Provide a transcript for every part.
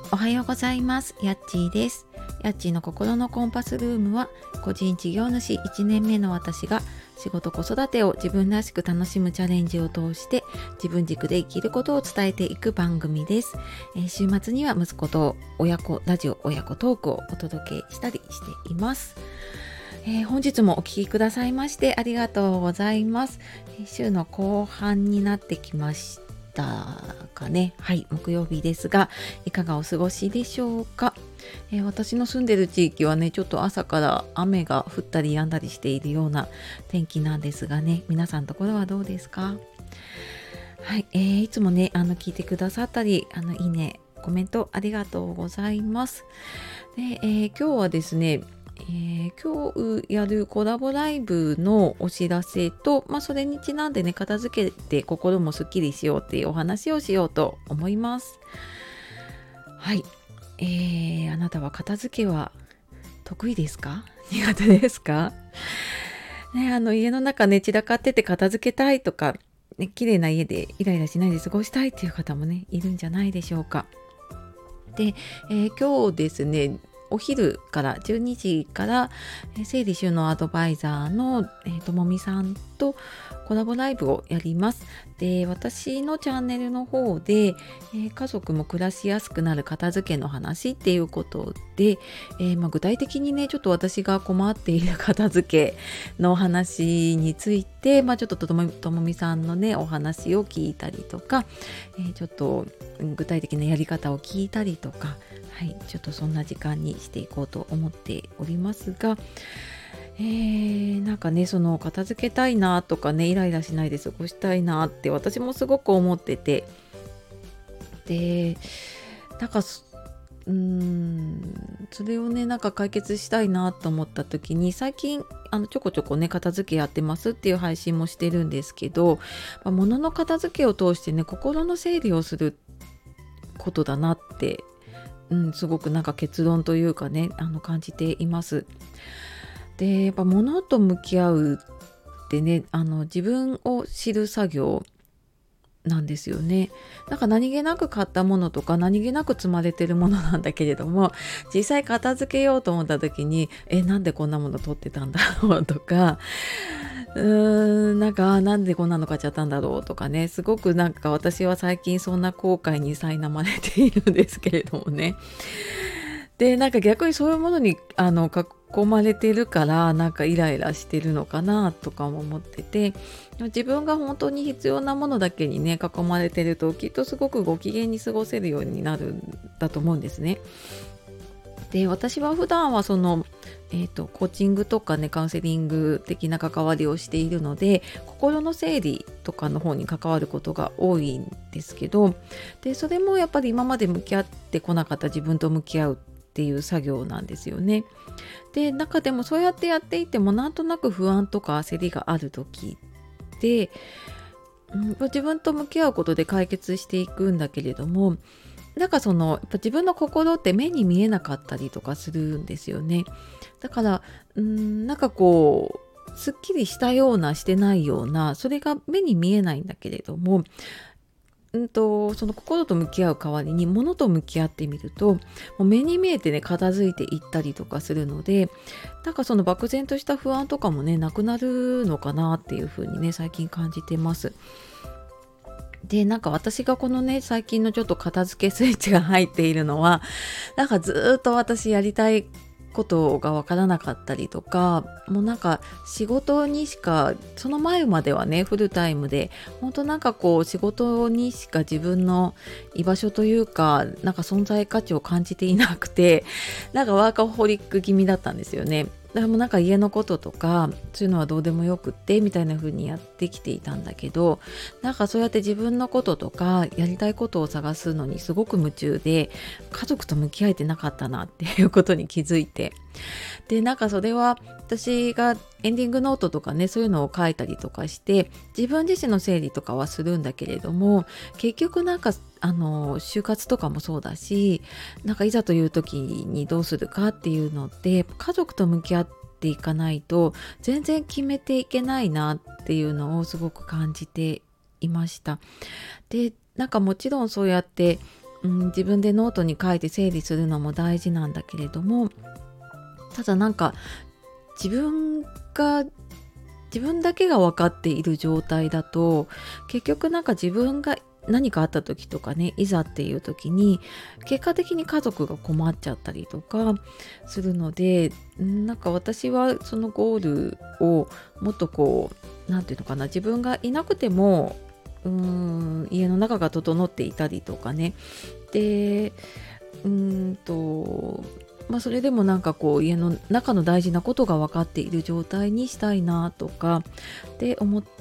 おはようございます。やっちーです。やっちーの心のコンパスルームは、個人事業主1年目の私が仕事子育てを自分らしく楽しむチャレンジを通して自分軸で生きることを伝えていく番組です。週末には息子とラジオ親子トークをお届けしたりしています。本日もお聞きくださいましてありがとうございます。週の後半になってきましたかね。はい、木曜日ですがいかがお過ごしでしょうか。私の住んでる地域はね、ちょっと朝から雨が降ったり止んだりしているような天気なんですがね、皆さんのところはどうですか。はい、いつもね聞いてくださったりいいねコメントありがとうございます。で、今日はですね、今日やるコラボライブのお知らせと、それにちなんでね、片付けて心もすっきりしようっていうお話をしようと思います。はい、あなたは片付けは得意ですか？苦手ですか？ね、家の中ね散らかってて片付けたいとか、ね、綺麗な家でイライラしないで過ごしたいっていう方もねいるんじゃないでしょうか。で、今日ですね、お昼から12時から、整理収納アドバイザーの、ともみさんとコラボライブをやります。で、私のチャンネルの方で、家族も暮らしやすくなる片付けの話っていうことで、具体的にねちょっと私が困っている片付けの話について、ちょっとともみさんのねお話を聞いたりとか、ちょっと具体的なやり方を聞いたりとか、はい、ちょっとそんな時間にしていこうと思っておりますが、なんかね、その片付けたいなとかね、イライラしないで過ごしたいなって私もすごく思ってて、で、なんかそれをねなんか解決したいなと思った時に、最近ちょこちょこね片付けやってますっていう配信もしてるんですけど、物の片付けを通してね心の整理をすることだなって、すごくなんか結論というかね感じています。で、やっぱ物と向き合うってね自分を知る作業なんですよね。なんか何気なく買ったものとか何気なく積まれてるものなんだけれども、実際片付けようと思った時になんでこんなもの取ってたんだろうとか、なんでこんなの買っちゃったんだろうとかね、すごくなんか私は最近そんな後悔に苛まれているんですけれどもね。で、なんか逆にそういうものに囲まれてるからなんかイライラしてるのかなとかも思ってて、自分が本当に必要なものだけにね囲まれてるときっとすごくご機嫌に過ごせるようになるんだと思うんですね。で、私は普段はその、コーチングとかねカウンセリング的な関わりをしているので、心の整理とかの方に関わることが多いんですけど、でそれもやっぱり今まで向き合ってこなかった自分と向き合うっていう作業なんですよね。で、中でもそうやってやっていてもなんとなく不安とか焦りがある時で、自分と向き合うことで解決していくんだけれども、なんかそのやっぱ自分の心って目に見えなかったりとかするんですよね。だからなんかこうすっきりしたようなしてないような、それが目に見えないんだけれども、その心と向き合う代わりに物と向き合ってみると、もう目に見えてね片付いていったりとかするので、なんかその漠然とした不安とかもねなくなるのかなっていうふうにね最近感じてます。で、なんか私がこのね最近のちょっと片付けスイッチが入っているのは、なんかずっと私やりたいことがわからなかったりとか、もうなんか仕事にしか、その前まではねフルタイムで本当なんかこう仕事にしか自分の居場所というかなんか存在価値を感じていなくて、なんかワーカホリック気味だったんですよね。だからもうなんか家のこととかそういうのはどうでもよくってみたいな風にやってきていたんだけど、なんかそうやって自分のこととかやりたいことを探すのにすごく夢中で、家族と向き合えてなかったなっていうことに気づいて、でなんかそれは私がエンディングノートとかねそういうのを書いたりとかして自分自身の整理とかはするんだけれども、結局なんか就活とかもそうだし、なんかいざという時にどうするかっていうのって家族と向き合っていかないと全然決めていけないなっていうのをすごく感じていました。で、なんかもちろんそうやって自分でノートに書いて整理するのも大事なんだけれども、ただなんか自分だけが分かっている状態だと、結局なんか自分が何かあった時とかね、いざっていう時に結果的に家族が困っちゃったりとかするので、なんか私はそのゴールをもっとこう、なんていうのかな、自分がいなくても家の中が整っていたりとかね、でそれでもなんかこう家の中の大事なことが分かっている状態にしたいなとかって思って、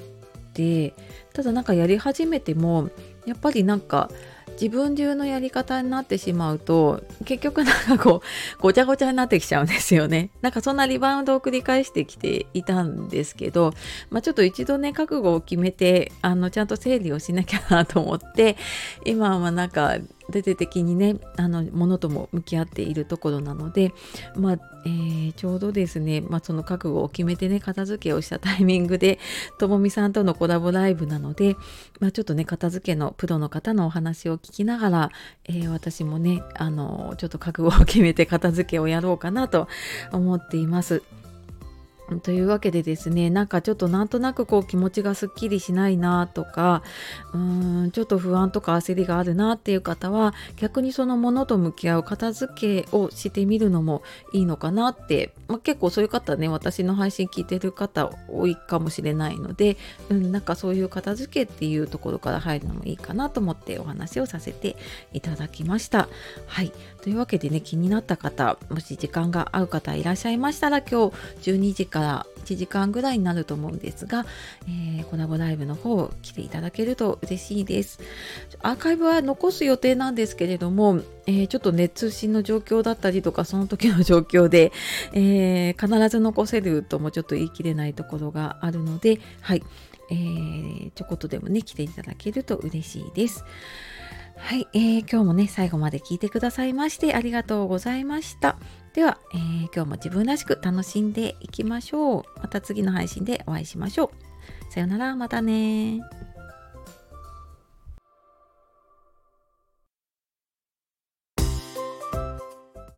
ただなんかやり始めてもやっぱりなんか自分流のやり方になってしまうと、結局なんかこうごちゃごちゃになってきちゃうんですよね。なんかそんなリバウンドを繰り返してきていたんですけど、ちょっと一度ね覚悟を決めてちゃんと整理をしなきゃなと思って、今はなんか徹底的にね物とも向き合っているところなので、ちょうどですね、その覚悟を決めてね片付けをしたタイミングでともみさんとのコラボライブなので、ちょっとね片付けのプロの方のお話を聞きながら、私もねちょっと覚悟を決めて片付けをやろうかなと思っています。というわけでですね、なんかちょっとなんとなくこう気持ちがすっきりしないなとか、ちょっと不安とか焦りがあるなっていう方は、逆にそのものと向き合う片付けをしてみるのもいいのかなって、結構そういう方ね、私の配信聞いてる方多いかもしれないので、なんかそういう片付けっていうところから入るのもいいかなと思ってお話をさせていただきました。はい、というわけでね、気になった方、もし時間が合う方いらっしゃいましたら、今日12時から1時間ぐらいになると思うんですが、コラボライブの方来ていただけると嬉しいです。アーカイブは残す予定なんですけれども、ちょっとね通信の状況だったりとかその時の状況で、必ず残せるともちょっと言い切れないところがあるので、はい、ちょこっとでもね来ていただけると嬉しいです。はい、今日もね最後まで聞いてくださいましてありがとうございました。では、今日も自分らしく楽しんでいきましょう。また次の配信でお会いしましょう。さよなら、またね。